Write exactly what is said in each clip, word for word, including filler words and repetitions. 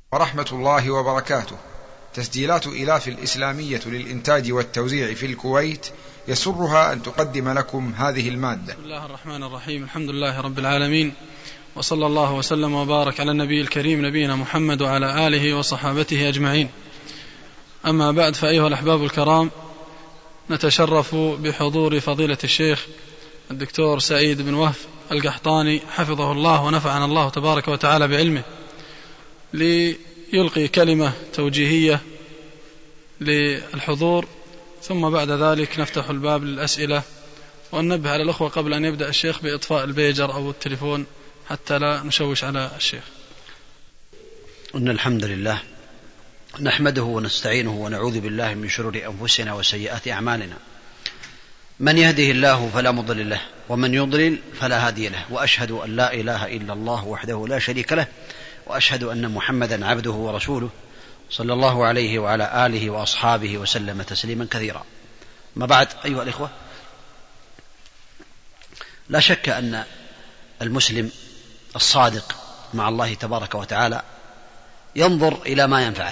ورحمة الله وبركاته. تسجيلات إلاف الإسلامية للإنتاج والتوزيع في الكويت يسرها أن تقدم لكم هذه المادة. بسم الله الرحمن الرحيم. الحمد لله رب العالمين، وصلى الله وسلم وبارك على النبي الكريم نبينا محمد وعلى آله وصحابته أجمعين. أما بعد، فأيها الأحباب الكرام، نتشرف بحضور فضيلة الشيخ الدكتور سعيد بن وهف القحطاني حفظه الله ونفعنا الله تبارك وتعالى بعلمه، ليلقي كلمة توجيهية للحضور، ثم بعد ذلك نفتح الباب للأسئلة. وننبه على الأخوة قبل أن يبدأ الشيخ بإطفاء البيجر أو التليفون حتى لا نشوش على الشيخ. إن الحمد لله نحمده ونستعينه ونعوذ بالله من شرور أنفسنا وسيئات أعمالنا. من يهده الله فلا مضل له، ومن يضلل فلا هادي له، وأشهد أن لا إله إلا الله وحده لا شريك له، وأشهد أن محمدا عبده ورسوله صلى الله عليه وعلى آله وأصحابه وسلم تسليما كثيرا. ما بعد، أيها الإخوة، لا شك أن المسلم الصادق مع الله تبارك وتعالى ينظر إلى ما ينفعه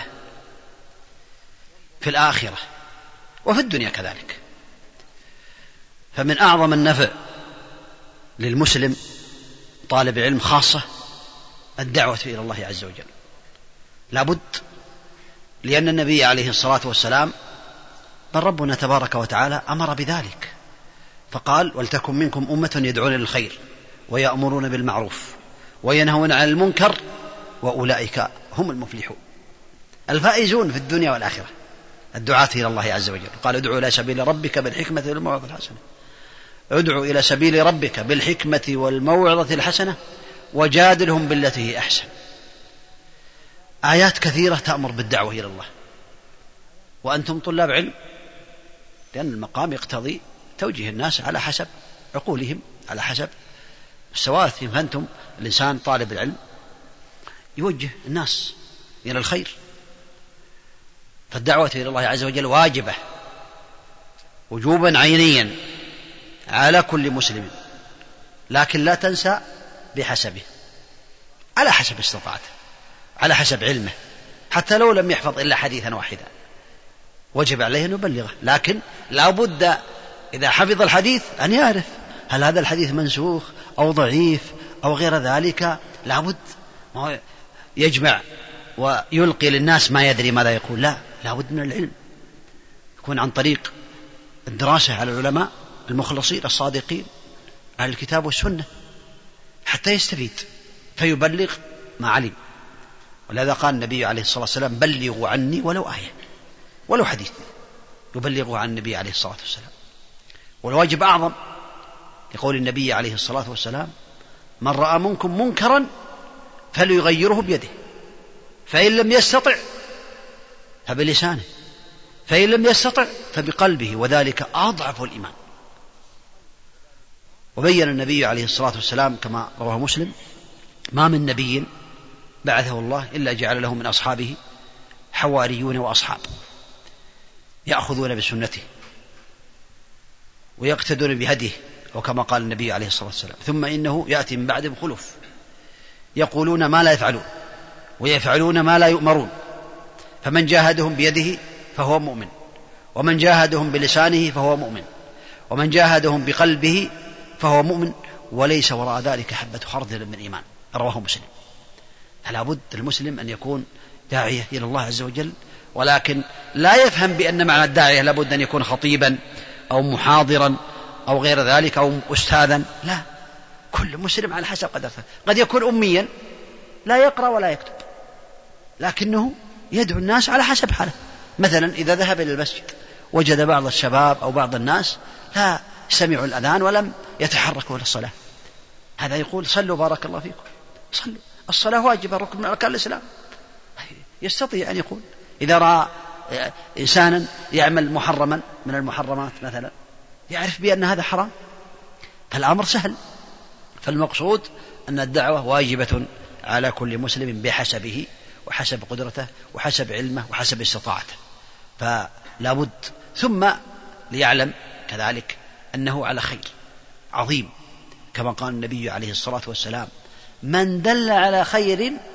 في الآخرة وفي الدنيا كذلك. فمن أعظم النفع للمسلم طالب العلم خاصة الدعوة إلى الله عز وجل، لابد، لأن النبي عليه الصلاة والسلام بل ربنا تبارك وتعالى أمر بذلك، فقال: ولتكن منكم أمة يدعون للخير ويأمرون بالمعروف وينهون عن المنكر وأولئك هم المفلحون، الفائزون في الدنيا والآخرة، الدعاة إلى الله عز وجل. قال: ادعوا إلى سبيل ربك بالحكمة والموعظة الحسنة، ادعوا إلى سبيل ربك بالحكمة والموعظة الحسنة وجادلهم بالتي هي أحسن. آيات كثيرة تأمر بالدعوة إلى الله، وأنتم طلاب علم، لأن المقام يقتضي توجيه الناس على حسب عقولهم، على حسب مستواتهم. فأنتم الإنسان طالب العلم يوجه الناس إلى الخير، فالدعوة إلى الله عز وجل واجبة وجوبا عينيا على كل مسلم، لكن لا تنسى بحسبه، على حسب استطاعته، على حسب علمه، حتى لو لم يحفظ إلا حديثا واحدا وجب عليه أن يبلغه، لكن لا بد إذا حفظ الحديث أن يعرف هل هذا الحديث منسوخ أو ضعيف أو غير ذلك. لا بد يجمع ويلقي للناس ما يدري ماذا يقول، لا لا بد من العلم، يكون عن طريق الدراسة على العلماء المخلصين الصادقين على الكتاب والسنة حتى يستفيد فيبلغ ما علم. ولهذا قال النبي عليه الصلاة والسلام: بلغوا عني ولو آية، ولو حديث يبلغه عن النبي عليه الصلاة والسلام. والواجب أعظم، يقول النبي عليه الصلاة والسلام: من رأى منكم منكرا فليغيره بيده، فإن لم يستطع فبلسانه، فإن لم يستطع فبقلبه، وذلك أضعف الإيمان. وبين النبي عليه الصلاة والسلام كما رواه مسلم: ما من نبي بعثه الله إلا جعل له من أصحابه حواريون وأصحاب يأخذون بسنته ويقتدون بهديه، وكما قال النبي عليه الصلاة والسلام: ثم إنه يأتي من بعدهم خلف يقولون ما لا يفعلون ويفعلون ما لا يؤمرون، فمن جاهدهم بيده فهو مؤمن، ومن جاهدهم بلسانه فهو مؤمن، ومن جاهدهم بقلبه فهو مؤمن، وليس وراء ذلك حبة خردل من إيمان. رواه مسلم. فلا بد المسلم أن يكون داعية إلى الله عز وجل، ولكن لا يفهم بأن معنى الداعية لابد أن يكون خطيبا أو محاضرا أو غير ذلك أو أستاذا، لا، كل مسلم على حسب قدرته. قد يكون أميا لا يقرأ ولا يكتب، لكنه يدعو الناس على حسب حاله. مثلا إذا ذهب إلى المسجد وجد بعض الشباب أو بعض الناس لا سمعوا الأذان ولم يتحركوا للصلاة، هذا يقول: صلوا بارك الله فيكم، صلوا، الصلاة واجبة، ركن من أركان الإسلام. يستطيع أن يقول إذا رأى إنسانا يعمل محرما من المحرمات مثلا، يعرف بأن هذا حرام، فالأمر سهل. فالمقصود أن الدعوة واجبة على كل مسلم بحسبه وحسب قدرته وحسب علمه وحسب استطاعته، فلا بد. ثم ليعلم كذلك أنه على خير عظيم، كما قال النبي عليه الصلاة والسلام: من دل على خير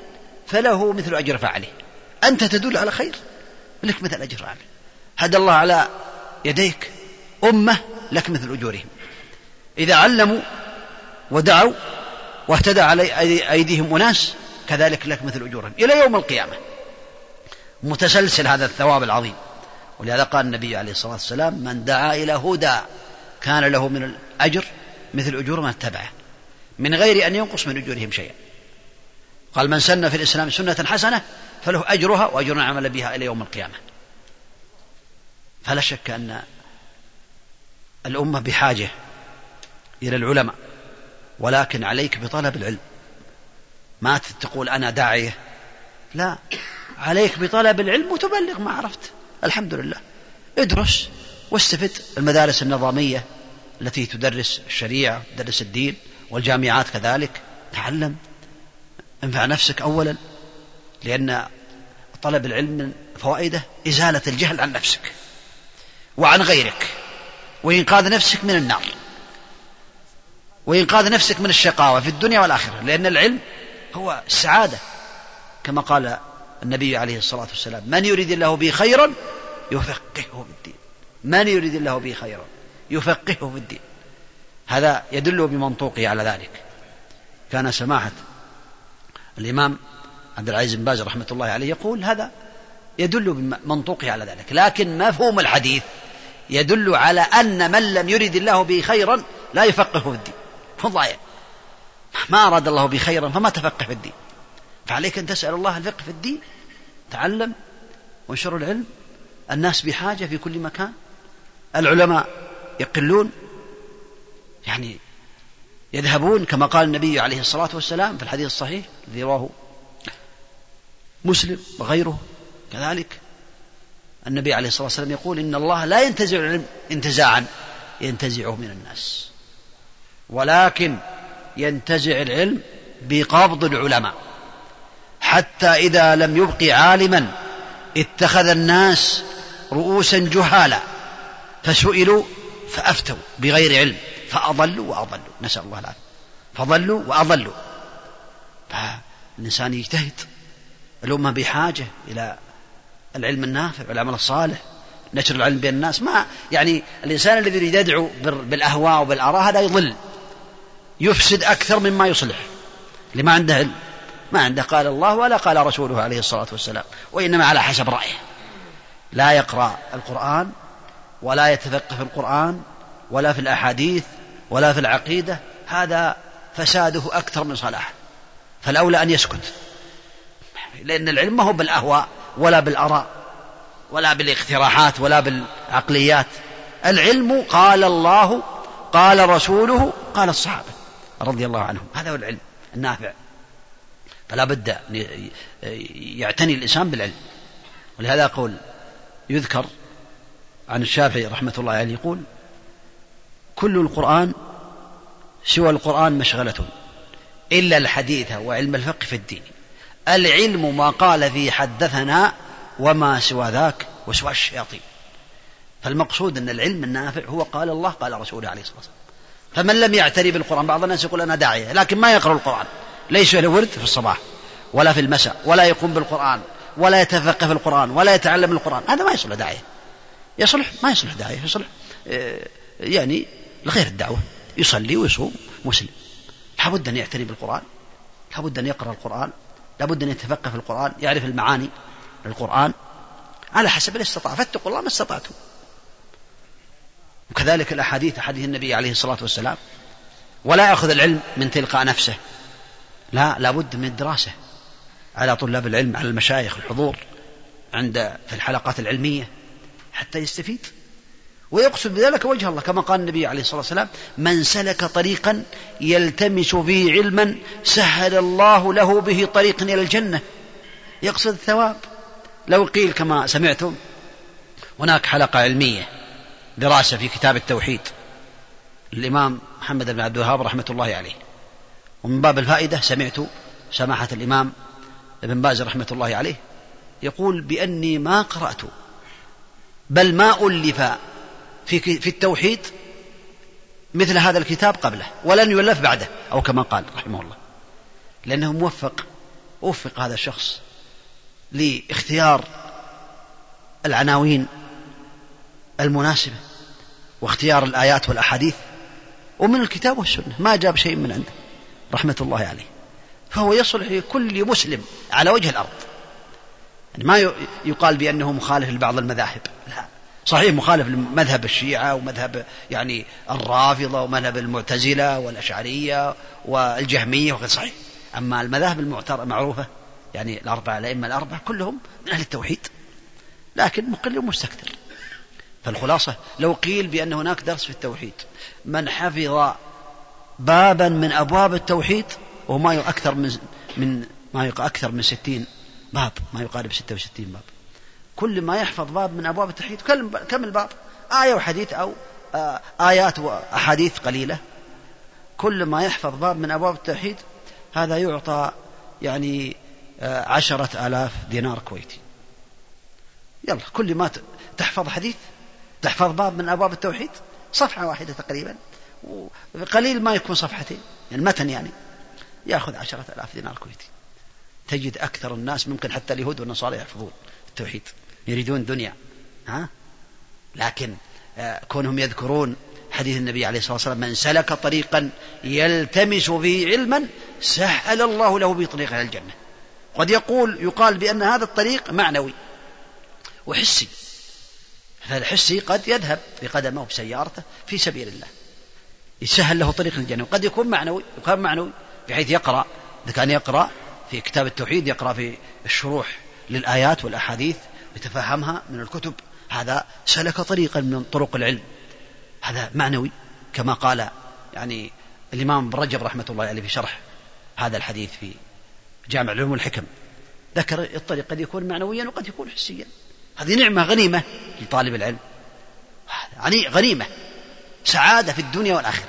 فله مثل أجر فاعله. أنت تدل على خير لك مثل أجر فاعله. هدى الله على يديك أمة لك مثل أجورهم. إذا علموا ودعوا واهتدى على أيديهم أناس كذلك لك مثل أجورهم إلى يوم القيامة. متسلسل هذا الثواب العظيم. ولهذا قال النبي عليه الصلاة والسلام من دعا إلى هدى كان له من الأجر مثل أجور من اتبعه من غير أن ينقص من أجورهم شيئا. قال من سن في الإسلام سنة حسنة فله أجرها وأجر من عمل بها إلى يوم القيامة. فلا شك أن الأمة بحاجة إلى العلماء، ولكن عليك بطلب العلم. ما تقول أنا داعية، لا، عليك بطلب العلم وتبلغ ما عرفت. الحمد لله، ادرس واستفد. المدارس النظامية التي تدرس الشريعة تدرس الدين، والجامعات كذلك، تعلم، انفع نفسك أولا، لأن طلب العلم من فوائده إزالة الجهل عن نفسك وعن غيرك، وإنقاذ نفسك من النار، وإنقاذ نفسك من الشقاوة في الدنيا والآخرة. لأن العلم هو السعادة، كما قال النبي عليه الصلاة والسلام من يريد الله به خيرا يفقهه في الدين. من يريد الله به خيرا يفقهه في الدين. هذا يدل بمنطوقه على ذلك. كان سماحة الإمام عبد العزيز بن باز رحمة الله عليه يقول هذا يدل بمنطوقه على ذلك، لكن مفهوم الحديث يدل على أن من لم يريد الله به خيرا لا يفقهه في الدين. فضايا ما أراد الله به خيرا فما تفقه في الدين. فعليك أن تسأل الله الفقه في الدين. تعلم وانشر العلم. الناس بحاجة في كل مكان. العلماء يقلون، يعني يذهبون، كما قال النبي عليه الصلاة والسلام في الحديث الصحيح الذي رواه مسلم وغيره كذلك. النبي عليه الصلاة والسلام يقول إن الله لا ينتزع العلم انتزاعا ينتزعه من الناس، ولكن ينتزع العلم بقبض العلماء، حتى إذا لم يبق عالما اتخذ الناس رؤوسا جهالا فسئلوا فأفتوا بغير علم فأضلوا وأضلوا، نسأل الله العافية، فضلوا وأضلوا. فالإنسان يجتهد. الأمة بحاجة إلى العلم النافع والعمل الصالح، نشر العلم بين الناس. ما يعني الإنسان الذي يريد يدعو بالأهواء وبالآراء هذا يضل، يفسد أكثر مما يصلح، لما عنده علم، ما عنده قال الله ولا قال رسوله عليه الصلاة والسلام، وإنما على حسب رأيه. لا يقرأ القرآن ولا يتفقه في القرآن ولا في الأحاديث ولا في العقيدة، هذا فساده أكثر من صلاحه. فالأولى أن يسكت، لأن العلم ما هو بالأهواء ولا بالآراء ولا بالاقتراحات ولا بالعقليات. العلم قال الله قال رسوله قال الصحابة رضي الله عنهم، هذا هو العلم النافع. فلا بد أن يعتني الإنسان بالعلم. ولهذا أقول يذكر عن الشافعي رحمة الله عليه يقول كل القرآن سوى القرآن مشغلة إلا الحديث وعلم الفقه في الدين. العلم ما قال فيه حدثنا وما سوى ذاك وسوى الشياطين. فالمقصود أن العلم النافع هو قال الله قال رسوله عليه الصلاة والسلام. فمن لم يعتني بالقرآن، بعض الناس يقول أنا داعية لكن ما يقرأ القرآن، ليس له ورد في الصباح ولا في المساء، ولا يقوم بالقرآن ولا يتفقه في القرآن ولا يتعلم القرآن، هذا ما يصلح داعية. يصلح ما يصلح داعية، يصلح يعني لغير الدعوة، يصلي ويصوم مسلم. لابد أن يعتني بالقرآن، لابد أن يقرأ القرآن، لابد أن يتفقه في القرآن، يعرف المعاني للقرآن على حسب الاستطاعة. فاتقوا الله ما استطعتم. وكذلك الأحاديث، حديث النبي عليه الصلاة والسلام. ولا يأخذ العلم من تلقاء نفسه، لا، لابد من الدراسة على طلاب العلم، على المشايخ، الحضور عند في الحلقات العلمية حتى يستفيد ويقصد بذلك وجه الله، كما قال النبي عليه الصلاة والسلام من سلك طريقا يلتمس فيه علما سهل الله له به طريقا إلى الجنة، يقصد الثواب. لو قيل كما سمعتم هناك حلقة علمية دراسة في كتاب التوحيد للإمام محمد بن عبد الوهاب رحمة الله عليه، ومن باب الفائدة سمعت سماحة الإمام ابن باز رحمة الله عليه يقول بأني ما قرأت بل ما ألف في في التوحيد مثل هذا الكتاب قبله ولن يؤلف بعده، أو كما قال رحمه الله، لأنه موفق وفق هذا الشخص لاختيار العناوين المناسبة واختيار الآيات والأحاديث ومن الكتاب والسنة، ما جاب شيء من عنده رحمة الله عليه، فهو يصلح لكل مسلم على وجه الأرض. يعني ما يقال بأنه مخالف لبعض المذاهب، لا، صحيح مخالف لمذهب الشيعة ومذهب يعني الرافضة ومذهب المعتزلة والأشعرية والجهمية وغير صحيح. أما المذاهب المعروفة يعني الأربعة الأئمة الأربعة كلهم من أهل التوحيد، لكن مقل ومستكثر. فالخلاصة لو قيل بأن هناك درس في التوحيد، من حفظ بابا من أبواب التوحيد وما أكثر من من ما أكثر من ستين باب، ما يقارب ستة وستين باب، كل ما يحفظ باب من أبواب التوحيد كم الباب آية وحديث أو آيات وأحاديث قليلة، كل ما يحفظ باب من أبواب التوحيد هذا يعطى يعني عشرة آلاف دينار كويتي. يلا كل ما تحفظ حديث، تحفظ باب من أبواب التوحيد، صفحة واحدة تقريبا، وقليل ما يكون صفحتين، يعني المتن يعني يأخذ عشرة آلاف دينار كويتي. تجد أكثر الناس ممكن حتى اليهود والنصارى يحفظون التوحيد، يريدون دنيا، ها؟ لكن كونهم يذكرون حديث النبي عليه الصلاة والسلام: من سلك طريقا يلتمس فيه علما سهل الله له به طريقا إلى الجنة. قد يقول يقال بأن هذا الطريق معنوي وحسي، فالحسي قد يذهب بقدمه بسيارته في سبيل الله يسهل له طريق الجنة، وقد يكون معنوي، يكون معنوي بحيث يقرأ، إذا كان يقرأ في كتاب التوحيد يقرأ في الشروح للآيات والأحاديث ويتفهمها من الكتب، هذا سلك طريقا من طرق العلم، هذا معنوي. كما قال يعني الإمام ابن رجب رحمة الله عليه في شرح هذا الحديث في جامع العلوم والحكم، ذكر الطريق قد يكون معنويا وقد يكون حسيا. هذه نعمة غنيمة لطالب العلم، يعني غنيمة سعادة في الدنيا والآخرة.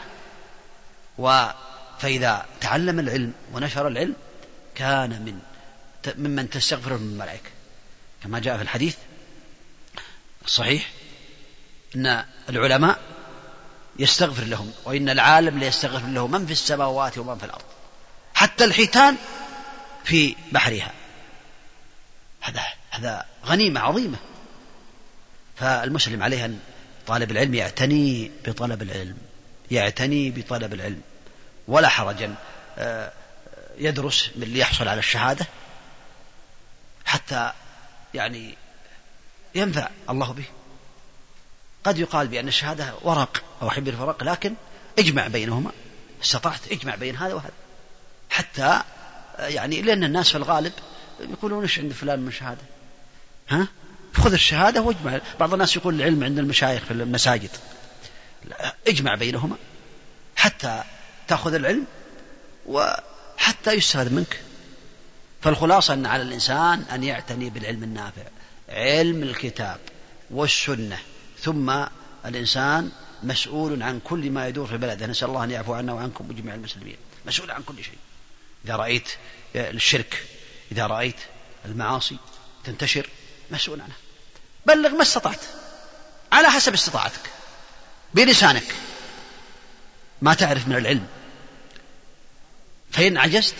فإذا تعلم العلم ونشر العلم كان من ممن تستغفر من الملائكة، كما جاء في الحديث الصحيح إن العلماء يستغفر لهم، وإن العالم ليستغفر له من في السماوات ومن في الأرض، حتى الحيتان في بحرها. هذا هذا غنيمة عظيمة. فالمسلم عليه أن طالب العلم يعتني بطلب العلم، يعتني بطلب العلم، ولا حرج يدرس من ليحصل على الشهادة حتى يعني ينفع الله به. قد يقال بأن الشهادة ورق أو حبر الورق، لكن اجمع بينهما، استطعت اجمع بين هذا وهذا، حتى يعني لأن الناس في الغالب يقولون ايش عند فلان من شهادة، ها خذ الشهادة واجمع. بعض الناس يقول العلم عند المشايخ في المساجد، اجمع بينهما حتى تأخذ العلم وحتى يستفاد منك. فالخلاصة أن على الإنسان أن يعتني بالعلم النافع، علم الكتاب والسنة، ثم الإنسان مسؤول عن كل ما يدور في بلده. نسأل الله أن يعفو عنا وعنكم وجميع المسلمين، مسؤول عن كل شيء. إذا رأيت الشرك، إذا رأيت المعاصي تنتشر، مسؤول عنها، بلغ ما استطعت على حسب استطاعتك بلسانك ما تعرف من العلم. فإن عجزت،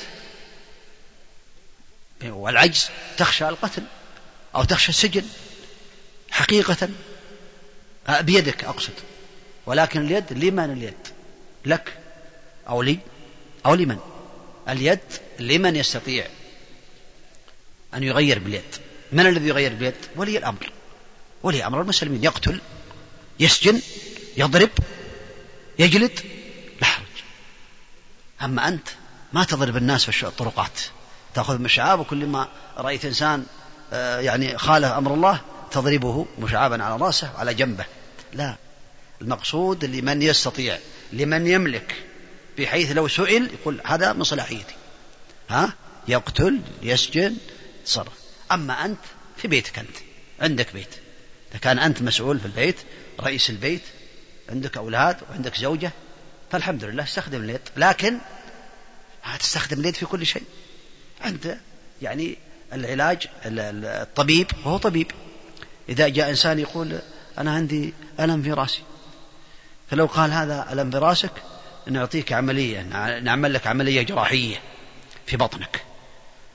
والعجز تخشى القتل أو تخشى السجن حقيقة بيدك أقصد، ولكن اليد لمن؟ اليد لك أو لي أو لمن؟ اليد لمن يستطيع أن يغير باليد. من الذي يغير باليد؟ ولي الأمر، ولي أمر المسلمين، يقتل، يسجن، يضرب، يجلد، لا حرج. أما أنت ما تضرب الناس في الطرقات، تأخذ مشعاب، وكل ما رأيت إنسان يعني خالف أمر الله تضربه مشعابا على رأسه وعلى جنبه، لا. المقصود لمن يستطيع، لمن يملك، بحيث لو سئل يقول هذا من صلاحيتي، ها يقتل، يسجن، تصرف. أما أنت في بيتك، أنت عندك بيت، إذا كان أنت مسؤول في البيت، رئيس البيت، عندك أولاد وعندك زوجة، فالحمد لله استخدم اليد، لكن هتستخدم اليد في كل شيء. أنت يعني العلاج الطبيب وهو طبيب، إذا جاء إنسان يقول أنا عندي ألم في رأسي، فلو قال هذا ألم في رأسك نعطيك عملية، نعمل لك عملية جراحية في بطنك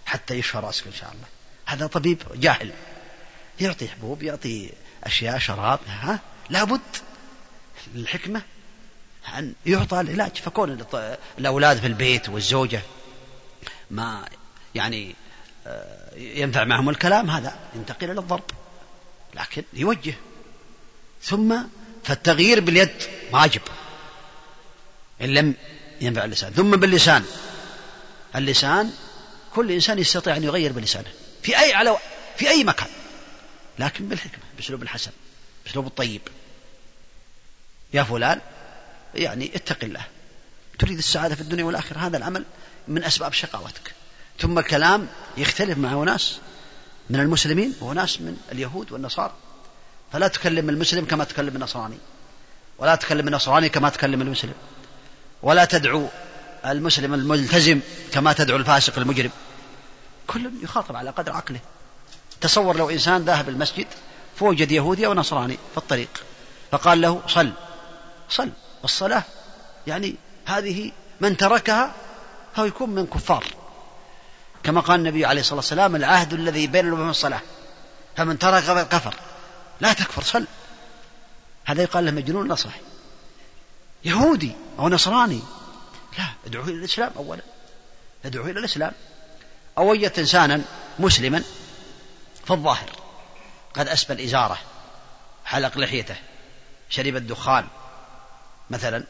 حتى يشفى رأسك إن شاء الله. هذا طبيب جاهل يعطي حبوب، يعطي أشياء، شراب. ها لابد الحكمة أن يعطى العلاج. فكون الأولاد في البيت والزوجة ما يعني ينفع معهم الكلام، هذا ينتقل إلى الضرب، لكن يوجه. ثم فالتغيير باليد واجب إن لم ينفع اللسان. ثم باللسان، اللسان كل إنسان يستطيع أن يغير بلسانه في أي على في أي مكان، لكن بالحكمة، بأسلوب الحسن، بأسلوب الطيب. يا فلان يعني اتق الله، تريد السعادة في الدنيا والآخرة، هذا العمل من أسباب شقاوتك. ثم الكلام يختلف مع ناس من المسلمين وناس من اليهود والنصارى، فلا تكلم المسلم كما تكلم النصراني، ولا تكلم النصراني كما تكلم المسلم، ولا تدعو المسلم الملتزم كما تدعو الفاسق المجرم. كل يخاطب على قدر عقله. تصور لو إنسان ذهب المسجد فوجد يهودي أو نصراني في الطريق فقال له صل صل، الصلاة يعني هذه من تركها هو يكون من كفار، كما قال النبي عليه الصلاة والسلام العهد الذي بيننا وبين الصلاة، فمن ترك كفر. لا تكفر، صل. هذا يقال له مجنون نصح. يهودي أو نصراني لا، ادعوه إلى الإسلام أولا، ادعوه إلى الإسلام. أو وجدت إنسانا مسلما في الظاهر قد أسبل إزاره، حلق لحيته، شرب الدخان مثلا،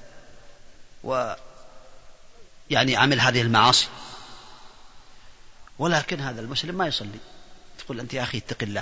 ويعني عمل هذه المعاصي، ولكن هذا المسلم ما يصلي، تقول أنت يا أخي اتق الله.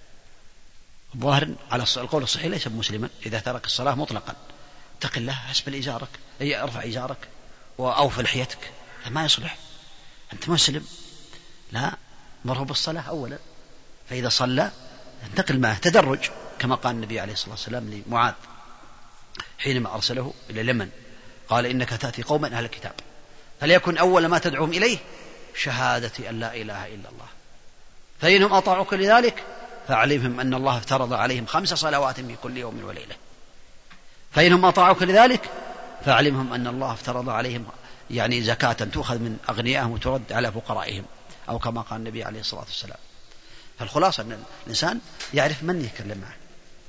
الظاهر على القول الصحيح ليس مسلما إذا ترك الصلاة مطلقا. اتق الله، أسبل إزارك، أي ارفع إزارك وأوفى لحيتك، ما يصلح. أنت مسلم، لا، مره بالصلاة أولا، فإذا صلى انتقل معه تدرج، كما قال النبي عليه الصلاة والسلام لمعاذ حينما أرسله إلى اليمن، قال إنك تأتي قوما أهل الكتاب فليكن أول ما تدعوهم إليه شهادة أن لا إله إلا الله، فإنهم أطاعوك لذلك فاعلمهم أن الله افترض عليهم خمس صلوات من كل يوم وليلة، فإنهم أطاعوك لذلك فاعلمهم أن الله افترض عليهم يعني زكاة تؤخذ من أغنيائهم وترد على فقرائهم، أو كما قال النبي عليه الصلاة والسلام. فالخلاصة أن الإنسان يعرف من يتكلم معه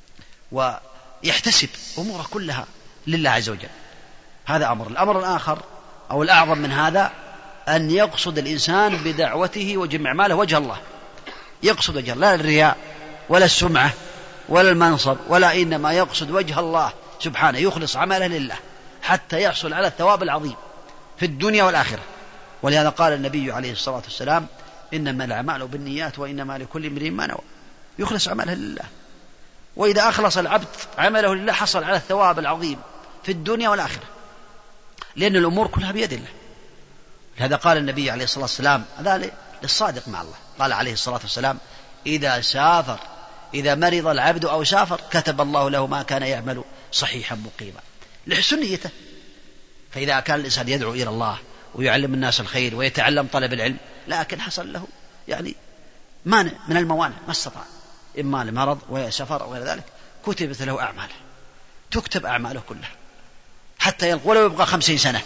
ويحتسب أموره كلها لله عز وجل. هذا أمر. الأمر الآخر أو الأعظم من هذا أن يقصد الإنسان بدعوته وجمع ماله وجه الله، يقصد وجه الله، لا الرياء ولا السمعة ولا المنصب، ولا، إنما يقصد وجه الله سبحانه، يخلص عمله لله حتى يحصل على الثواب العظيم في الدنيا والآخرة. ولهذا قال النبي عليه الصلاة والسلام إنما الأعمال بالنيات وإنما لكل امرئ ما نوى، يخلص عمله لله. وإذا أخلص العبد عمله لله حصل على الثواب العظيم في الدنيا والآخرة، لأن الأمور كلها بيد الله. لهذا قال النبي عليه الصلاة والسلام هذا للصادق مع الله، قال عليه الصلاة والسلام إذا سافر إذا مرض العبد أو سافر كتب الله له ما كان يعمل صحيحا مقيما، لحسن نيته. فإذا كان الإنسان يدعو إلى الله ويعلم الناس الخير ويتعلم طلب العلم، لكن حصل له يعني مانع من الموانع ما استطاع، إما لمرض وسفر أو غير ذلك، كتبت له أعماله، تكتب أعماله كلها حتى يلقى ولو يبقى خمسين سنة.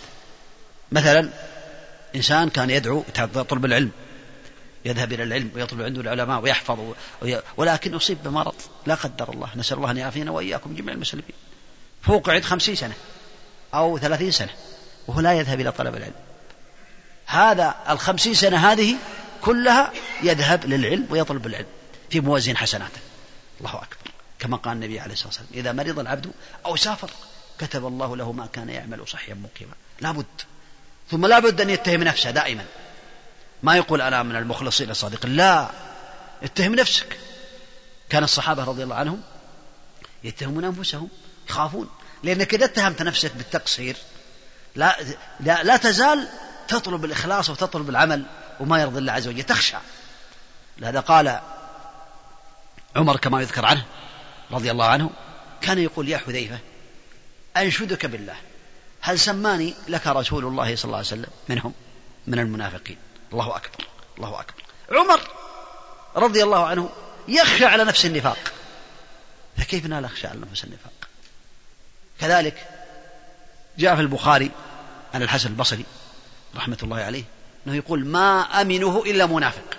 مثلا إنسان كان يدعو يطلب العلم، يذهب إلى العلم ويطلب عنده العلماء ويحفظ وي... ولكن أصيب بمرض لا قدر الله، نسأل الله أن يعافينا وإياكم جميع المسلمين، فوقعد خمسين سنة أو ثلاثين سنة وهو لا يذهب إلى طلب العلم. هذا الخمسين سنة هذه كلها يذهب للعلم ويطلب العلم في موازين حسناته. الله أكبر، كما قال النبي عليه الصلاة والسلام إذا مرض العبد أو سافر كتب الله له ما كان يعمل صحيحا مقيما. لابد. ثم لابد أن يتهم نفسه دائما، ما يقول أنا من المخلصين الصادقين، لا، اتهم نفسك. كان الصحابة رضي الله عنهم يتهمون أنفسهم، يخافون، لأنك إذا اتهمت نفسك بالتقصير لا, لا, لا تزال تطلب الإخلاص وتطلب العمل وما يرضي الله عز وجل، تخشى. لهذا قال عمر كما يذكر عنه رضي الله عنه كان يقول يا حذيفة أنشدك بالله هل سماني لك رسول الله صلى الله عليه وسلم منهم من المنافقين. الله أكبر، الله أكبر. عمر رضي الله عنه يخشى على نفس النفاق، فكيف لا نخشى على نفس النفاق؟ كذلك جاء في البخاري عن الحسن البصري رحمة الله عليه أنه يقول ما أمنه إلا منافق،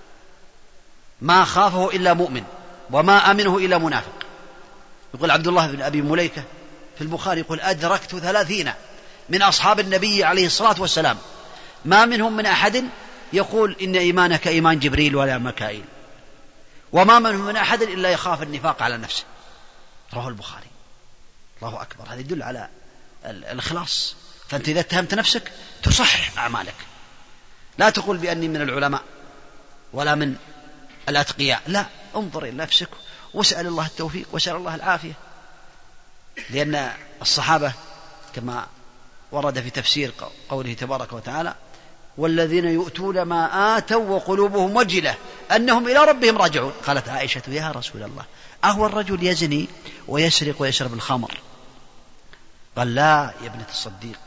ما خافه إلا مؤمن، وما أمنه إلا منافق. يقول عبد الله بن أبي مليكة في البخاري يقول أدركت ثلاثين من أصحاب النبي عليه الصلاة والسلام ما منهم من أحد يقول إن إيمانك إيمان جبريل ولا ميكائيل، وما منهم من أحد إلا يخاف النفاق على نفسه. رواه البخاري. الله أكبر. هذا يدل على الإخلاص. فأنت إذا اتهمت نفسك تصحح أعمالك، لا تقول بأني من العلماء ولا من الأتقياء، لا، انظر إلى نفسك واسأل الله التوفيق واسأل الله العافية. لأن الصحابة كما ورد في تفسير قوله تبارك وتعالى والذين يؤتون ما آتوا وقلوبهم وجلة أنهم إلى ربهم راجعون. قالت عائشة يا رسول الله أهو الرجل يزني ويسرق ويشرب الخمر؟ قال لا يا ابنة الصديق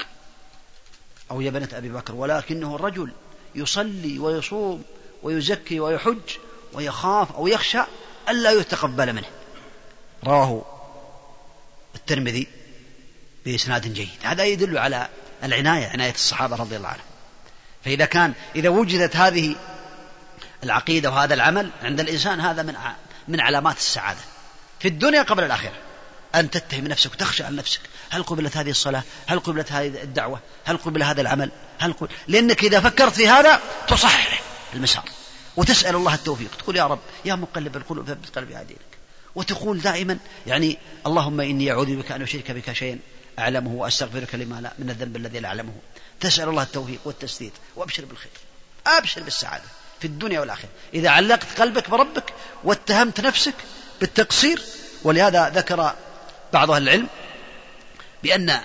أو يا ابنة أبي بكر، ولكنه الرجل يصلي ويصوم ويزكي ويحج ويخاف أو يخشى ألا يتقبل منه. رواه الترمذي بإسناد جيد. هذا يدل على العناية، عناية الصحابة رضي الله عنهم. فإذا كان إذا وجدت هذه العقيدة وهذا العمل عند الإنسان، هذا من من علامات السعادة في الدنيا قبل الآخرة. أن تتهم نفسك وتخشى عن نفسك، هل قبلت هذه الصلاة؟ هل قبلت هذه الدعوة؟ هل قبل هذا العمل؟ هل قبل؟ لأنك إذا فكرت في هذا تصحح المسار وتسأل الله التوفيق، تقول يا رب يا مقلب القلوب ثبت قلبي على دينك، وتقول دائما يعني اللهم إني أعوذ بك أن أشرك بك شيئا أعلمه وأستغفرك لما لا من الذنب الذي لا أعلمه. تسأل الله التوفيق والتسديد وأبشر بالخير، أبشر بالسعادة في الدنيا والآخرة إذا علقت قلبك بربك واتهمت نفسك بالتقصير. ولهذا ذكر بعض أهل العلم بأن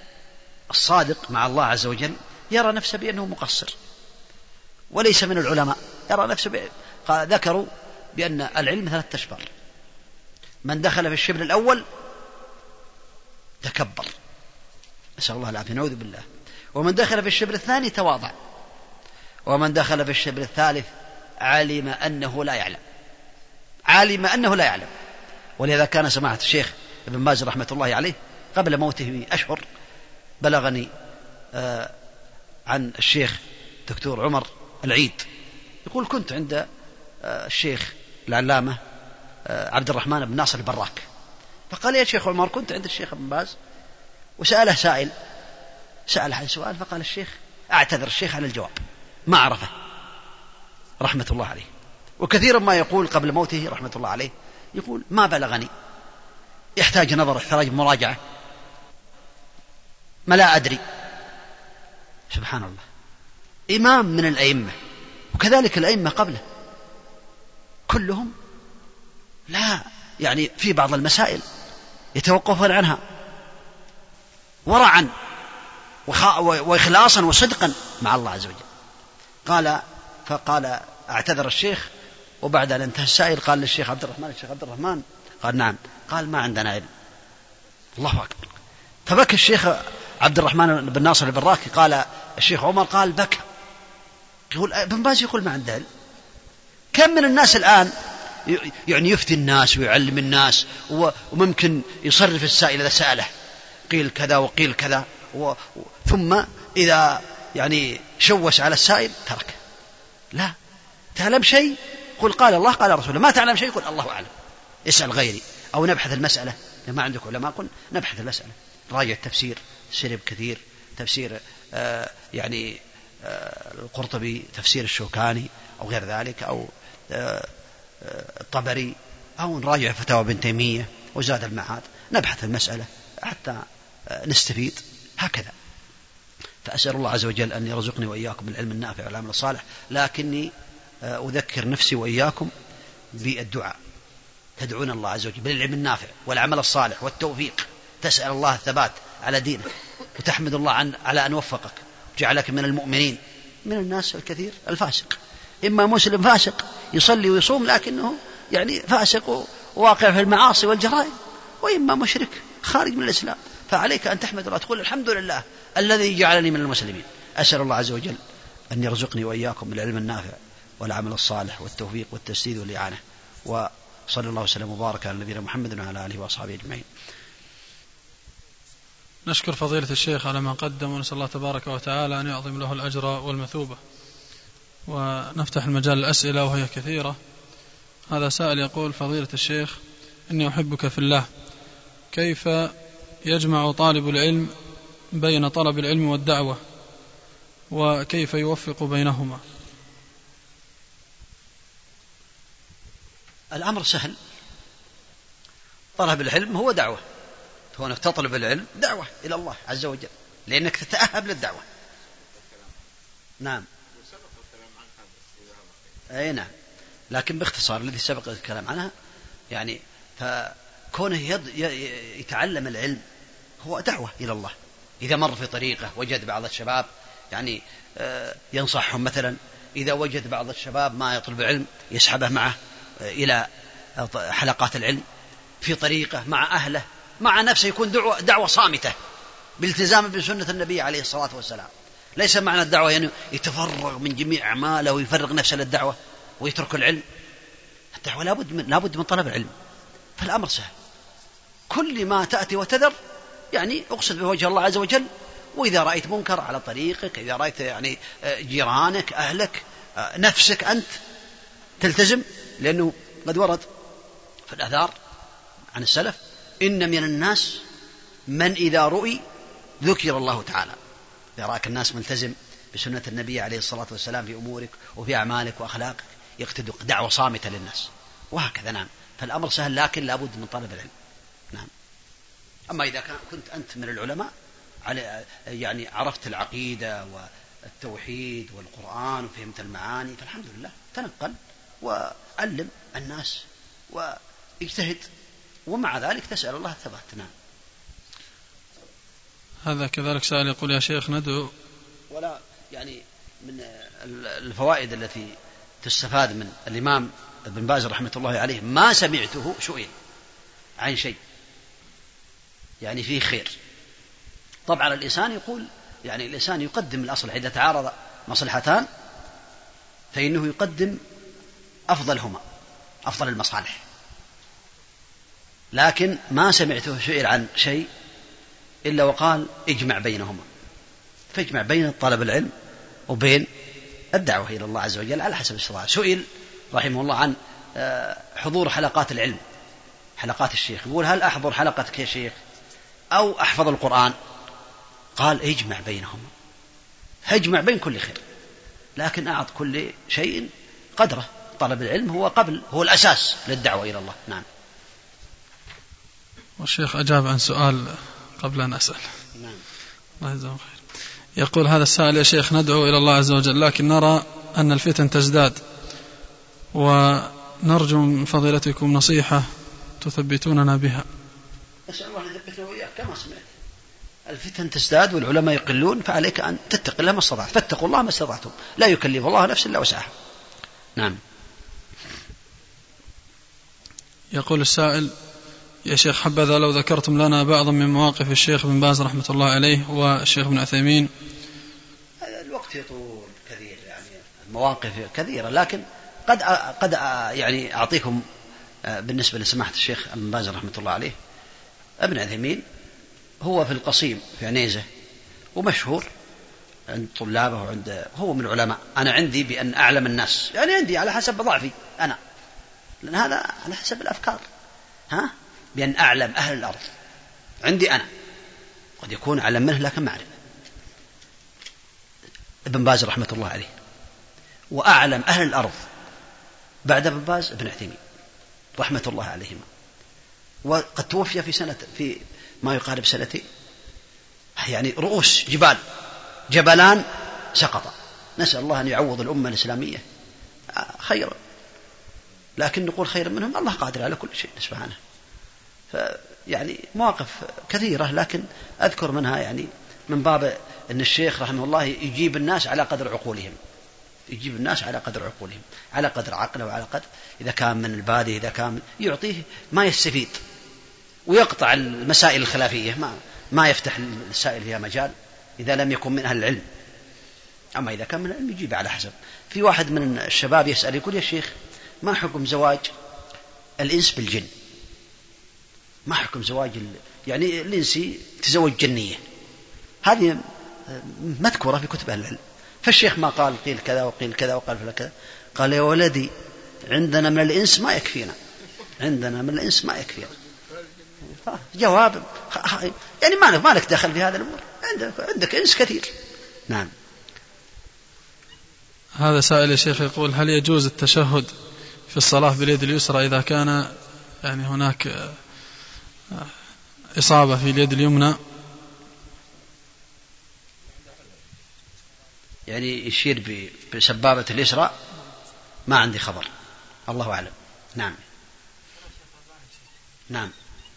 الصادق مع الله عز وجل يرى نفسه بأنه مقصر وليس من العلماء، يرى نفسه ب... ذكروا بأن العلم ثلاثة أشبار: من دخل في الشبر الأول تكبر، نسأل الله العافية نعوذ بالله، ومن دخل في الشبر الثاني تواضع، ومن دخل في الشبر الثالث علم أنه لا يعلم، علم أنه لا يعلم. ولهذا كان سماحة الشيخ ابن باز رحمة الله عليه قبل موته بأشهر بلغني آه عن الشيخ دكتور عمر العيد يقول كنت عند آه الشيخ العلامة آه عبد الرحمن بن ناصر البراك، فقال يا شيخ عمر كنت عند الشيخ ابن باز وسأله سائل، سأل عن سؤال، فقال الشيخ أعتذر الشيخ عن الجواب ما عرفه رحمة الله عليه. وكثيرا ما يقول قبل موته رحمة الله عليه يقول ما بلغني، يحتاج نظر، يحتاج مراجعة، ما لا أدري. سبحان الله، إمام من الأئمة، وكذلك الأئمة قبله كلهم لا يعني في بعض المسائل يتوقفون عنها ورعا وإخلاصا وصدقا مع الله عز وجل. قال فقال اعتذر الشيخ، وبعد أن انتهى السائل قال للشيخ عبد الرحمن الشيخ عبد الرحمن قال نعم، قال ما عندنا علم. الله أكبر. فبكى الشيخ عبد الرحمن بن ناصر البراكي، قال الشيخ عمر قال بكى، يقول ابن باز يقول ما عنده علم. كم من الناس الآن يعني يفتي الناس ويعلم الناس وممكن يصرف السائل إذا سأله، قيل كذا وقيل كذا، و... ثم إذا يعني شوش على السائل ترك. لا، تعلم شيء قل قال الله قال رسوله، ما تعلم شيء قل الله أعلم، اسأل غيري أو نبحث المسألة. لما عندك علماء قل نبحث المسألة، راجع التفسير سرب كثير، تفسير آه يعني آه القرطبي، تفسير الشوكاني أو غير ذلك، أو آه الطبري، أو نراجع فتاوى ابن تيمية وزاد المعاد، نبحث المسألة حتى آه نستفيد هكذا. فأسأل الله عز وجل أن يرزقني وإياكم بالعلم النافع والعمل الصالح، لكني أذكر نفسي وإياكم بالدعاء، تدعون الله عز وجل بالعلم النافع والعمل الصالح والتوفيق، تسأل الله الثبات على دينه، وتحمد الله عن على أن وفقك وجعلك من المؤمنين. من الناس الكثير الفاسق، إما مسلم فاسق يصلي ويصوم لكنه يعني فاسق وواقع في المعاصي والجرائم، وإما مشرك خارج من الإسلام. فعليك أن تحمد الله، تقول الحمد لله الذي جعلني من المسلمين. أسأل الله عز وجل أن يرزقني وإياكم بالعلم النافع والعمل الصالح والتوفيق والتسديد والإعانة، وصلى الله وسلم وبارك على نبينا محمد وعلى آله وأصحابه أجمعين. نشكر فضيلة الشيخ على ما قدم، ونسأل الله تبارك وتعالى أن يعظم له الأجر والمثوبة. ونفتح المجال الأسئلة وهي كثيرة. هذا سائل يقول: فضيلة الشيخ، إني أحبك في الله، كيف يجمع طالب العلم بين طلب العلم والدعوة، وكيف يوفق بينهما؟ الأمر سهل. طلب العلم هو دعوة، هو أنك تطلب العلم دعوة إلى الله عز وجل، لأنك تتأهب للدعوة. نعم، أي نعم، لكن باختصار الذي سبق الكلام عنها، يعني فكونه يتعلم العلم هو دعوة إلى الله. إذا مر في طريقه وجد بعض الشباب يعني ينصحهم مثلا، إذا وجد بعض الشباب ما يطلب العلم يسحبه معه إلى حلقات العلم في طريقه مع أهله مع نفسه، يكون دعوة, دعوة صامتة بالتزام بسنة النبي عليه الصلاة والسلام. ليس معنى الدعوة يعني يتفرغ من جميع أعماله ويفرغ نفسه للدعوة ويترك العلم. الدعوة لابد من, لابد من طلب العلم. فالأمر سهل، كل ما تأتي وتذر يعني أقصد بوجه الله عز وجل. وإذا رأيت منكر على طريقك، إذا رأيت يعني جيرانك أهلك نفسك أنت تلتزم، لأنه قد ورد في الآثار عن السلف: إن من الناس من إذا رؤي ذكر الله تعالى. إذا رأك الناس ملتزم بسنة النبي عليه الصلاة والسلام في أمورك وفي أعمالك وأخلاقك يقتدوا دعوة صامتة للناس، وهكذا. نعم، فالأمر سهل، لكن لابد من طلب العلم. نعم. أما إذا كنت أنت من العلماء على يعني عرفت العقيدة والتوحيد والقرآن وفهمت المعاني، فالحمد لله تنقل وعلم الناس واجتهد، ومع ذلك تسأل الله الثبات. نعم. هذا كذلك سائل يقول: يا شيخ ندعو، ولا يعني من الفوائد التي تستفاد من الإمام ابن باز رحمة الله عليه، ما سمعته سئل عن شيء يعني فيه خير. طبعا الإنسان يقول يعني الإنسان يقدم الأصل، إذا تعارض مصلحتان فإنه يقدم أفضلهما، أفضل المصالح. لكن ما سمعته سئل عن شيء إلا وقال اجمع بينهما، فاجمع بين طلب العلم وبين الدعوة إلى الله عز وجل على حسب الشرع. سئل رحمه الله عن حضور حلقات العلم، حلقات الشيخ، يقول: هل أحضر حلقتك يا شيخ أو أحفظ القرآن؟ قال: اجمع بينهما، اجمع بين كل خير، لكن أعط كل شيء قدره. طلب العلم هو قبل هو الأساس للدعوة إلى الله. نعم. والشيخ أجاب عن سؤال قبل أن أسأل. نعم. الله يجزاه خير. يقول هذا السائل: يا شيخ ندعو إلى الله عز وجل، لكن نرى أن الفتن تزداد، ونرجو من فضيلتكم نصيحة تثبتوننا بها. أسأل الله أن يثبتنا وإياك. كما سمعت الفتن تزداد والعلماء يقلون، فعليك أن تتق الله ما استطعت، فاتقوا الله ما استطعتم، لا يكلف الله نفسا إلا وسعها. نعم. يقول السائل: يا شيخ حبذا لو ذكرتم لنا بعضا من مواقف الشيخ بن باز رحمة الله عليه والشيخ بن عثيمين. الوقت يطول كثير، يعني المواقف كثيرة، لكن قد قد يعني أعطيكم بالنسبة لسماحة الشيخ ابن باز رحمة الله عليه. ابن عثيمين هو في القصيم في عنيزة، ومشهور عند طلابه وعند هو من العلماء. أنا عندي بأن أعلم الناس، يعني عندي على حسب ضعفي أنا، لأن هذا على حسب الأفكار، ها، بأن أعلم أهل الأرض عندي أنا، قد يكون أعلم منه لكن ما أعرف. ابن باز رحمة الله عليه. وأعلم أهل الأرض بعد ابن باز ابن عثيمين رحمة الله عليهما، وقد توفي في سنة في ما يقارب سنتين، يعني رؤوس جبال جبلان سقط. نسأل الله أن يعوض الأمة الإسلامية خيرا، لكن نقول خيرا منهم، الله قادر على كل شيء سبحانه. فيعني مواقف كثيرة، لكن أذكر منها يعني من باب أن الشيخ رحمه الله يجيب الناس على قدر عقولهم، يجيب الناس على قدر عقولهم، على قدر عقله، وعلى قدر إذا كان من البادية، إذا كان يعطيه ما يستفيد، ويقطع المسائل الخلافية، ما ما يفتح السائل فيها مجال إذا لم يكن من أهل العلم. أما إذا كان من العلم يجيب على حسب. في واحد من الشباب يسأل يقول: يا شيخ ما حكم زواج الإنس بالجن؟ ما حكم زواج ال... يعني الإنسي تزوج جنية؟ هذه مذكورة في كتب أهل العلم، فالشيخ ما قال قيل كذا وقيل كذا وقال فلا كذا. قال يا ولدي عندنا من الإنس ما يكفينا، عندنا من الإنس ما يكفينا. جواب يعني ما ما لك دخل في هذا الأمور، عندك عندك إنس كثير. نعم. هذا سائل يا شيخ يقول هل يجوز التشهد في الصلاة باليد اليسرى إذا كان يعني هناك إصابة في اليد اليمنى؟ يعني يشير بسبابة اليسرى، ما عندي خبر، الله أعلم. نعم نعم.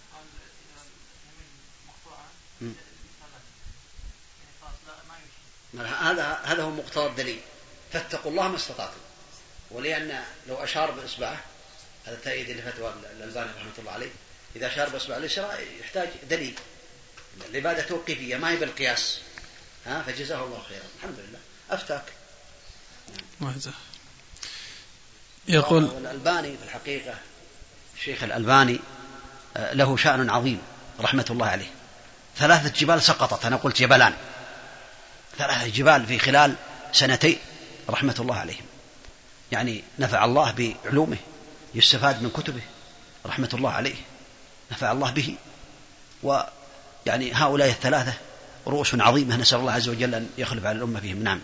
هذا هذا هو مقتضى الدليل، فاتقوا الله ما استطعتم. ولأن لو أشار بإصبعه، هذا تأييد لفتوى الألباني رحمة الله عليه، إذا أشار بإصبع اليسرى يحتاج دليل. العبادة توقيفية ما هي بالقياس. ها فجزاه الله خيرا، الحمد لله أفتاك. نعم. يقول الألباني في الحقيقة الشيخ الألباني له شأن عظيم رحمة الله عليه. ثلاثة جبال سقطت، أنا قلت جبلان، ثلاثة جبال في خلال سنتين رحمة الله عليهم. يعني نفع الله بعلومه، يستفاد من كتبه رحمة الله عليه، نفع الله به. ويعني هؤلاء الثلاثة رؤوس عظيمة، نسأل الله عز وجل أن يخلف على الأمة بهم. نعم.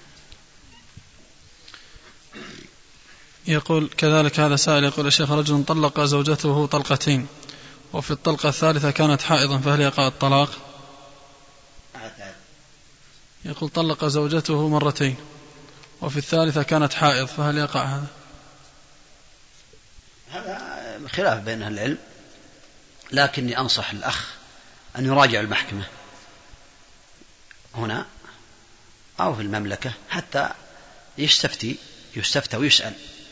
يقول كذلك هذا سائل يقول الشيخ رجل طلق زوجته طلقتين وفي الطلقة الثالثة كانت حائضا فهل يقع الطلاق؟ يقول طلق زوجته مرتين وفي الثالثة كانت حائض فهل يقع هذا؟ هذا خلاف بين أهل العلم، لكني أنصح الأخ أن يراجع المحكمة هنا أو في المملكة حتى يستفتي يستفتى ويسأل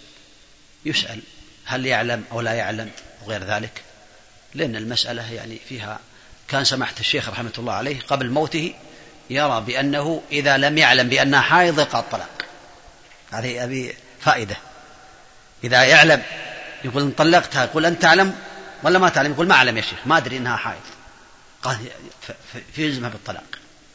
يسأل هل يعلم أو لا يعلم وغير ذلك، لأن المسألة يعني فيها كان سماحة الشيخ رحمة الله عليه قبل موته يرى بأنه إذا لم يعلم بأنها حائض يقع الطلاق. هذه أبي فائدة. إذا يعلم يقول إن طلقتها، يقول أنت تعلم ولا ما تعلم؟ يقول ما أعلم يا شيخ، ما أدري إنها حائض، قال في يلزمها بالطلاق.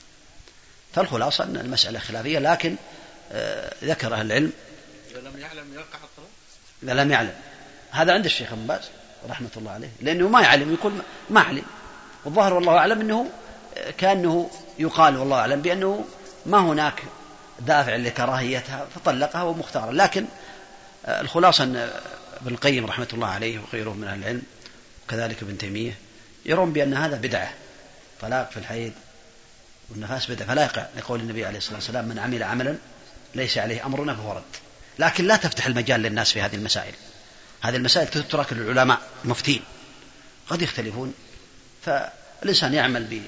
فالخلاصة أن المسألة خلافية، لكن آه ذكر أهل العلم إذا لم يعلم يقع الطلاق. إذا لم يعلم هذا عند الشيخ ابن باز رحمة الله عليه، لأنه ما يعلم يقول ما علم. والظاهر والله أعلم أنه كأنه يقال والله أعلم بأنه ما هناك دافع لكراهيتها فطلقها ومختارا. لكن الخلاصة أن ابن القيم رحمة الله عليه وغيره من أهل العلم وكذلك ابن تيمية يرون بأن هذا بدعة، طلاق في الحيض والنفاس بدعة فلا يقع، لقول النبي عليه الصلاة والسلام من عمل عملا ليس عليه أمرنا فهو رد. لكن لا تفتح المجال للناس في هذه المسائل، هذه المسائل تترك للعلماء المفتين قد يختلفون، فالإنسان يعمل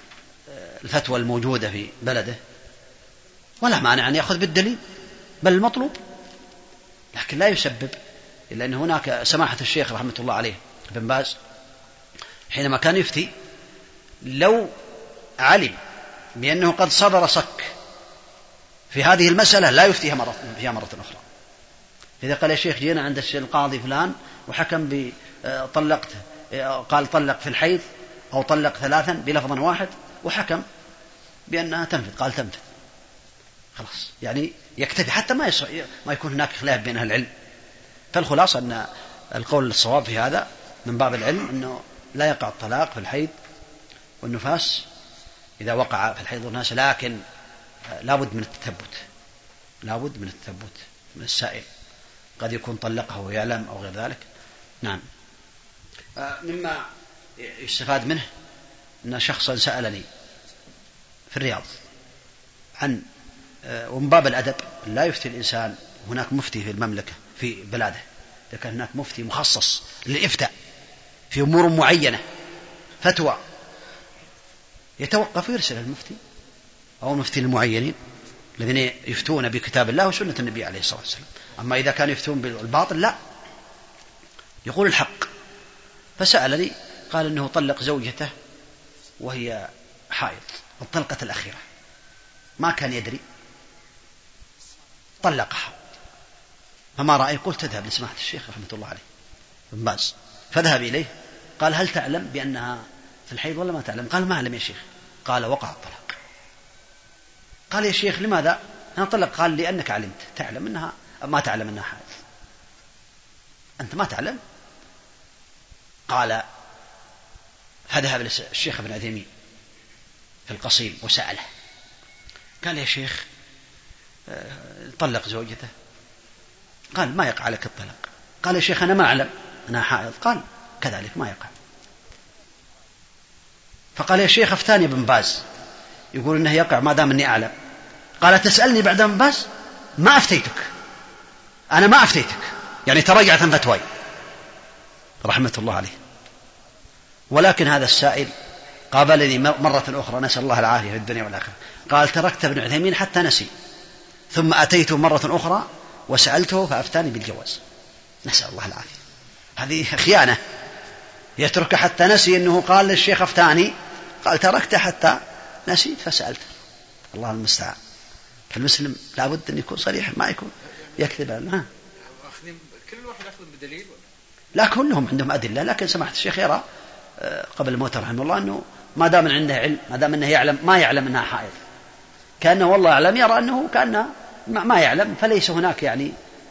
بالفتوى الموجودة في بلده ولا مانع أن يأخذ بالدليل بل المطلوب، لكن لا يسبب. لأن هناك سماحة الشيخ رحمة الله عليه ابن باز حينما كان يفتي لو علم بأنه قد صدر صك في هذه المسألة لا يفتيها مرة, فيها مرة أخرى. إذا قال يا شيخ جينا عند القاضي فلان وحكم بطلقت، قال طلق في الحيض أو طلق ثلاثا بلفظ واحد وحكم بأنها تنفذ، قال تنفذ خلاص، يعني يكتفي حتى ما, ما يكون هناك خلاف بين أهل العلم. فالخلاصة أن القول الصواب في هذا من باب العلم أنه لا يقع الطلاق في الحيض والنفاس إذا وقع في الحيض والنفاس، لكن لابد من التثبت، لابد من التثبت من السائل، قد يكون طلقه ويعلم أو غير ذلك. نعم. مما يستفاد منه أن شخصا سألني في الرياض عن، ومن باب الأدب لا يفتي الإنسان، هناك مفتي في المملكة في بلاده، إذا كان هناك مفتي مخصص للإفتاء في أمور معينة فتوى يتوقف ويرسل المفتي أو المفتي المعينين الذين يفتون بكتاب الله وسنة النبي عليه الصلاة والسلام. أما إذا كانوا يفتون بالباطل لا، يقول الحق. فسألني قال إنه طلق زوجته وهي حائض الطلقة الأخيرة، ما كان يدري، طلقها، فما رأي؟ قلت تذهب لسماحة الشيخ رحمة الله عليه ابن باز، فذهب إليه قال هل تعلم بأنها في الحيض ولا ما تعلم؟ قال ما أعلم يا شيخ. قال وقع الطلاق. قال يا شيخ لماذا أنا طلق قال لأنك علمت تعلم أنها ما تعلم أنها حائض، أنت ما تعلم. قال فذهب الشيخ ابن عثيمين في القصيم وسأله، قال يا شيخ طلق زوجته، قال ما يقع لك الطلاق. قال يا شيخ أنا ما أعلم أنها حائض، قال كذلك ما يقع. فقال يا شيخ افتاني ابن باز يقول إنه يقع ما دام أني أعلم. قال تسألني بعد ابن باز؟ ما أفتيتك، أنا ما أفتيتك، يعني تراجعت عن فتواي رحمة الله عليه. ولكن هذا السائل قابلني مرة أخرى نسأل الله العافية في الدنيا والآخرة، قال تركت ابن عثيمين حتى نسي، ثم أتيته مرة أخرى وسألته فأفتاني بالجواز، نسأل الله العافية. هذه خيانة، يترك حتى نسي، أنه قال للشيخ أفتاني، قال تركت حتى نسيت فسألت. الله المستعان. فالمسلم لابد أن يكون صريح، ما يكون يكذب. ها كل واحد يأخذ بدليل؟ لا كلهم عندهم أدلة، لكن سماحة الشيخ يرى قبل الموت رحمه الله أنه ما دام عنده علم، ما دام أنه يعلم ما يعلم أنها حائض، كأنه والله أعلم، يرى أنه كأنه ما يعلم، فليس هناك يعني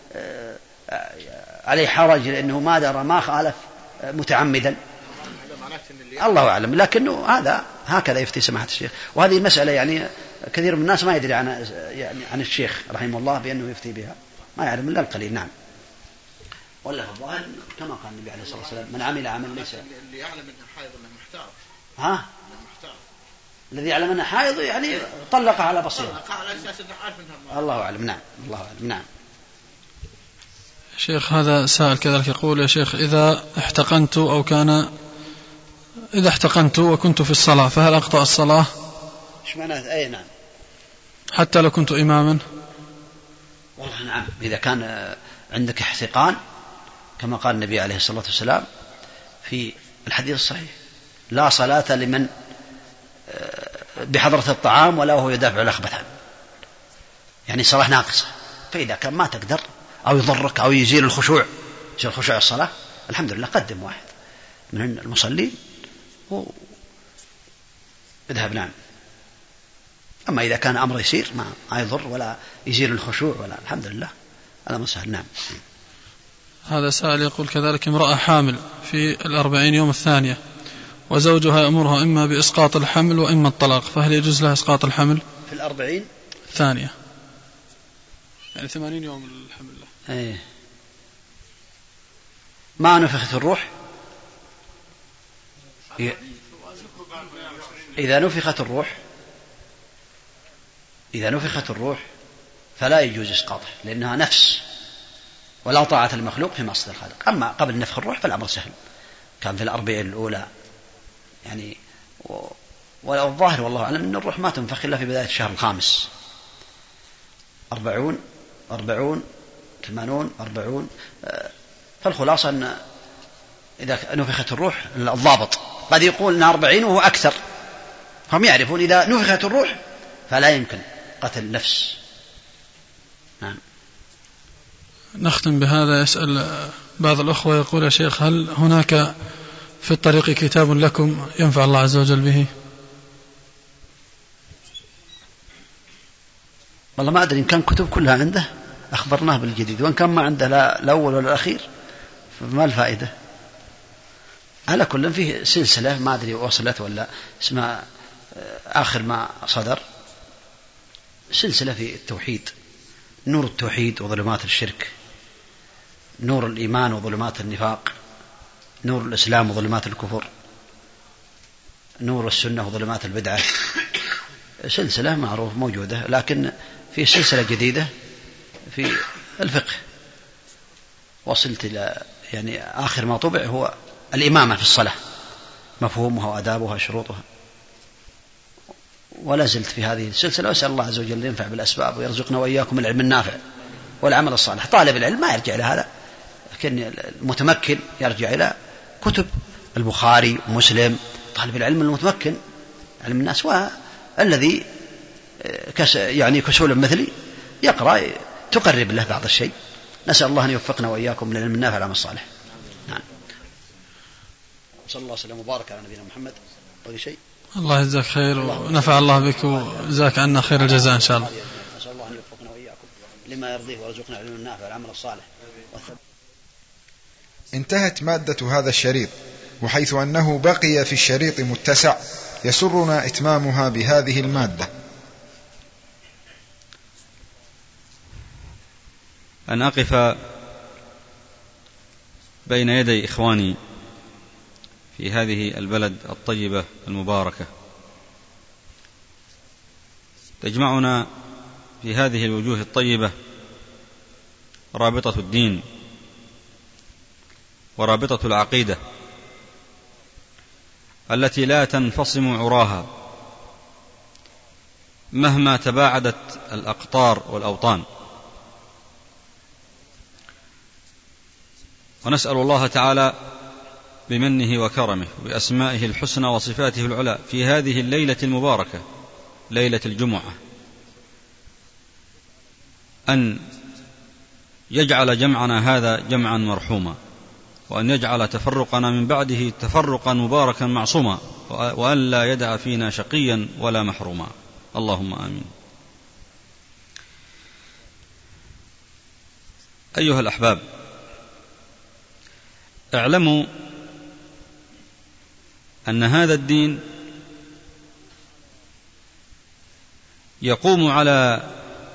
عليه حرج لأنه ما درى ما خالف متعمدا، الله أعلم. لكنه هذا هكذا يفتي سماحة الشيخ. وهذه مسألة يعني كثير من الناس ما يدري عن يعني عن الشيخ رحمه الله بأنه يفتي بها، ما يعلم إلا القليل. نعم. ولا في الظاهر كما قال النبي عليه الصلاة والسلام من عمل عمل ليس اللي يعلم أنها حائض أنه محتار. ها الذي يعلم أنها حائض يعني طلق على بصيرة، الله أعلم. نعم الله أعلم. نعم. شيخ هذا سائل كذلك يقول يا شيخ إذا احتقنت أو كان إذا احتقنت وكنت في الصلاة فهل أقطع الصلاة؟ إيش معناه؟ أي نعم، حتى لو كنت إماما. والله نعم، إذا كان عندك احتقان كما قال النبي عليه الصلاة والسلام في الحديث الصحيح لا صلاة لمن بحضرة الطعام ولا وهو يدافع الأخبث عنه، يعني صلاة ناقصة. فإذا كان ما تقدر أو يضرك أو يزيل الخشوع يزيل الخشوع الصلاة، الحمد لله قدم واحد من المصلين وذهب. نعم. أما إذا كان أمر يسير ما يضر ولا يزيل الخشوع ولا، الحمد لله هذا مسهل. نعم. هذا سائل يقول كذلك امرأة حامل في الأربعين يوم الثانية وزوجها يأمرها إما بإسقاط الحمل وإما الطلاق، فهل يجوز لها إسقاط الحمل في الأربعين الثانية، يعني ثمانين يوم الحمل له؟ أيه. ما نفخت الروح، إذا نفخت الروح إذا نفخت الروح فلا يجوز إسقاطه لأنها نفس، ولا طاعة المخلوق في معصية الخالق. أما قبل نفخ الروح فالأمر سهل، كان في الأربعين الأولى يعني، والظاهر والله أعلم أن الروح ما تنفخ إلا في بداية الشهر الخامس. أربعون أربعون ثمانون أربعون. فالخلاصة أن إذا نفخت الروح الضابط قد يقول أنها أربعين وهو أكثر، هم يعرفون إذا نفخت الروح فلا يمكن قتل النفس. نعم. نختم بهذا. يسأل بعض الأخوة يقول يا شيخ هل هناك في الطريق كتاب لكم ينفع الله عز وجل به؟ والله ما أدري إن كان كتب كلها عنده أخبرناه بالجديد، وإن كان ما عنده لا الأول ولا الأخير فما الفائدة. على كل فيه سلسلة ما أدري وصلت ولا اسمها آخر ما صدر، سلسلة في التوحيد، نور التوحيد وظلمات الشرك، نور الإيمان وظلمات النفاق، نور الإسلام وظلمات الكفر، نور السنة وظلمات البدعة. سلسلة معروف موجودة، لكن في سلسلة جديدة في الفقه وصلت إلى يعني آخر ما طبع هو الإمامة في الصلاة، مفهومها وأدابها شروطها، ولا زلت في هذه السلسلة. وأسأل الله عز وجل ينفع بالأسباب ويرزقنا وإياكم العلم النافع والعمل الصالح. طالب العلم ما يرجع إلى هذا، لكن المتمكن يرجع إلى كتب البخاري ومسلم. طالب العلم المتمكن علم الناس، والذي يعني كسول مثلي يقرأ تقرب له بعض الشيء. نسأل الله أن يوفقنا وإياكم للعلم النافع والعمل الصالح. نعم. صلى الله وسلم وبارك على نبينا محمد. بقي شيء؟ الله يجزاك خير ونفع الله بك وجزاك عنا خير الجزاء إن شاء الله. لما يرضيه ويرزقنا العلم النافع والعمل الصالح. انتهت مادة هذا الشريط، وحيث أنه بقي في الشريط متسع يسرنا إتمامها بهذه المادة. أن أقف بين يدي إخواني في هذه البلد الطيبة المباركة، تجمعنا في هذه الوجوه الطيبة رابطة الدين ورابطة العقيدة التي لا تنفصم عراها مهما تباعدت الأقطار والأوطان. ونسأل الله تعالى بمنه وكرمه بأسمائه الحسنى وصفاته العلى في هذه الليلة المباركة، ليلة الجمعة، أن يجعل جمعنا هذا جمعا مرحوما، وأن يجعل تفرقنا من بعده تفرقا مباركا معصوما، وأن لا يدع فينا شقيا ولا محروما، اللهم آمين. أيها الأحباب، اعلموا أن هذا الدين يقوم على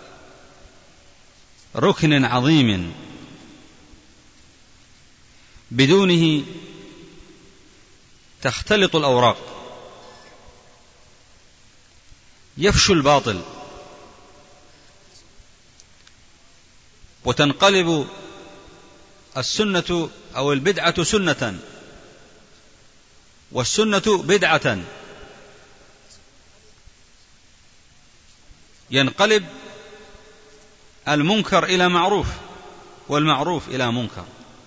ركن عظيم بدونه تختلط الأوراق، يفشو الباطل وتنقلب السنة أو البدعة سنة، والسنة بدعة، ينقلب المنكر إلى معروف والمعروف إلى منكر.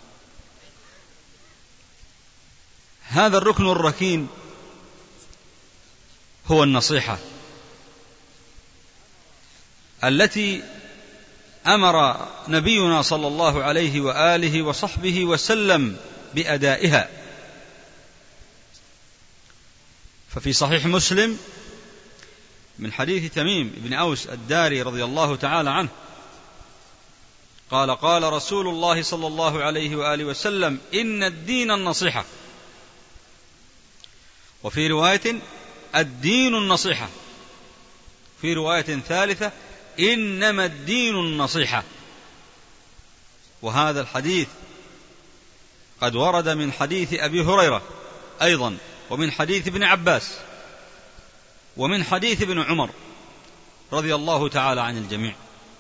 هذا الركن الركين هو النصيحة التي أمر نبينا صلى الله عليه وآله وصحبه وسلم بأدائها. ففي صحيح مسلم من حديث تميم بن أوس الداري رضي الله تعالى عنه قال: قال رسول الله صلى الله عليه وآله وسلم: إن الدين النصيحة. وفي رواية: الدين النصيحة. في رواية ثالثة: إنما الدين النصيحة. وهذا الحديث قد ورد من حديث أبي هريرة أيضا، ومن حديث ابن عباس، ومن حديث ابن عمر رضي الله تعالى عن الجميع.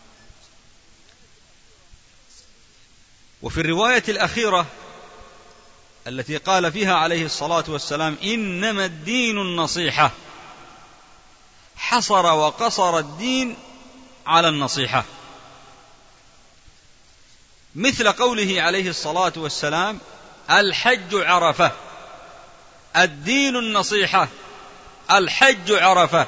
وفي الرواية الأخيرة التي قال فيها عليه الصلاة والسلام: إنما الدين النصيحة، حصر وقصر الدين على النصيحة، مثل قوله عليه الصلاة والسلام: الحج عرفة. الدين النصيحة، الحج عرفة.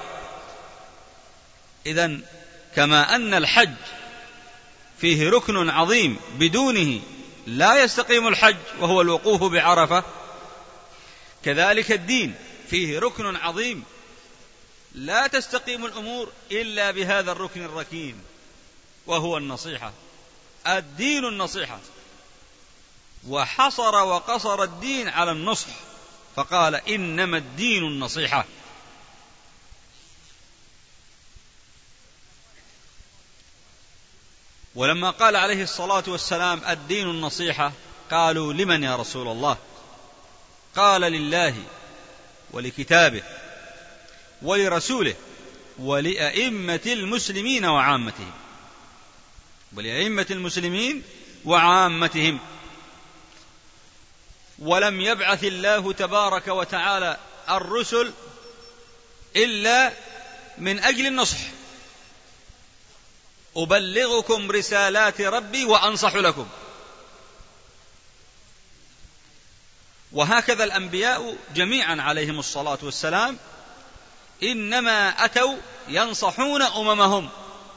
إذن كما أن الحج فيه ركن عظيم بدونه لا يستقيم الحج وهو الوقوف بعرفة، كذلك الدين فيه ركن عظيم لا تستقيم الأمور إلا بهذا الركن الركين وهو النصيحة. الدين النصيحة، وحصر وقصر الدين على النصح فقال: إنما الدين النصيحة. ولما قال عليه الصلاة والسلام: الدين النصيحة، قالوا: لمن يا رسول الله؟ قال: لله ولكتابه ولرسوله ولأئمة المسلمين وعامتهم. ولأئمة المسلمين وعامتهم. ولم يبعث الله تبارك وتعالى الرسل إلا من أجل النصح. أبلغكم رسالات ربي وأنصح لكم. وهكذا الأنبياء جميعا عليهم الصلاة والسلام إنما أتوا ينصحون أممهم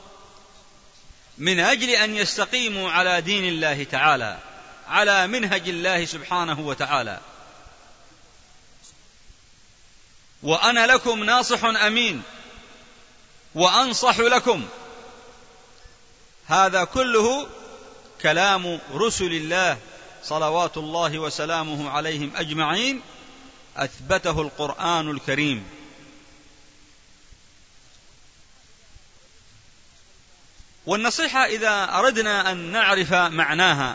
من أجل أن يستقيموا على دين الله تعالى، على منهج الله سبحانه وتعالى. وأنا لكم ناصح أمين وأنصح لكم. هذا كله كلام رسل الله صلوات الله وسلامه عليهم أجمعين، أثبته القرآن الكريم. والنصيحة إذا أردنا أن نعرف معناها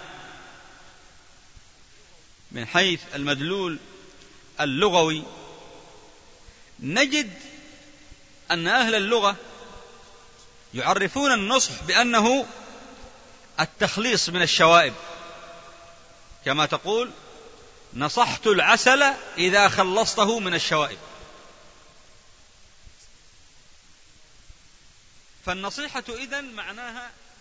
من حيث المدلول اللغوي، نجد أن أهل اللغة يعرفون النصح بأنه التخليص من الشوائب، كما تقول نصحت العسل إذا خلصته من الشوائب. فالنصيحة إذن معناها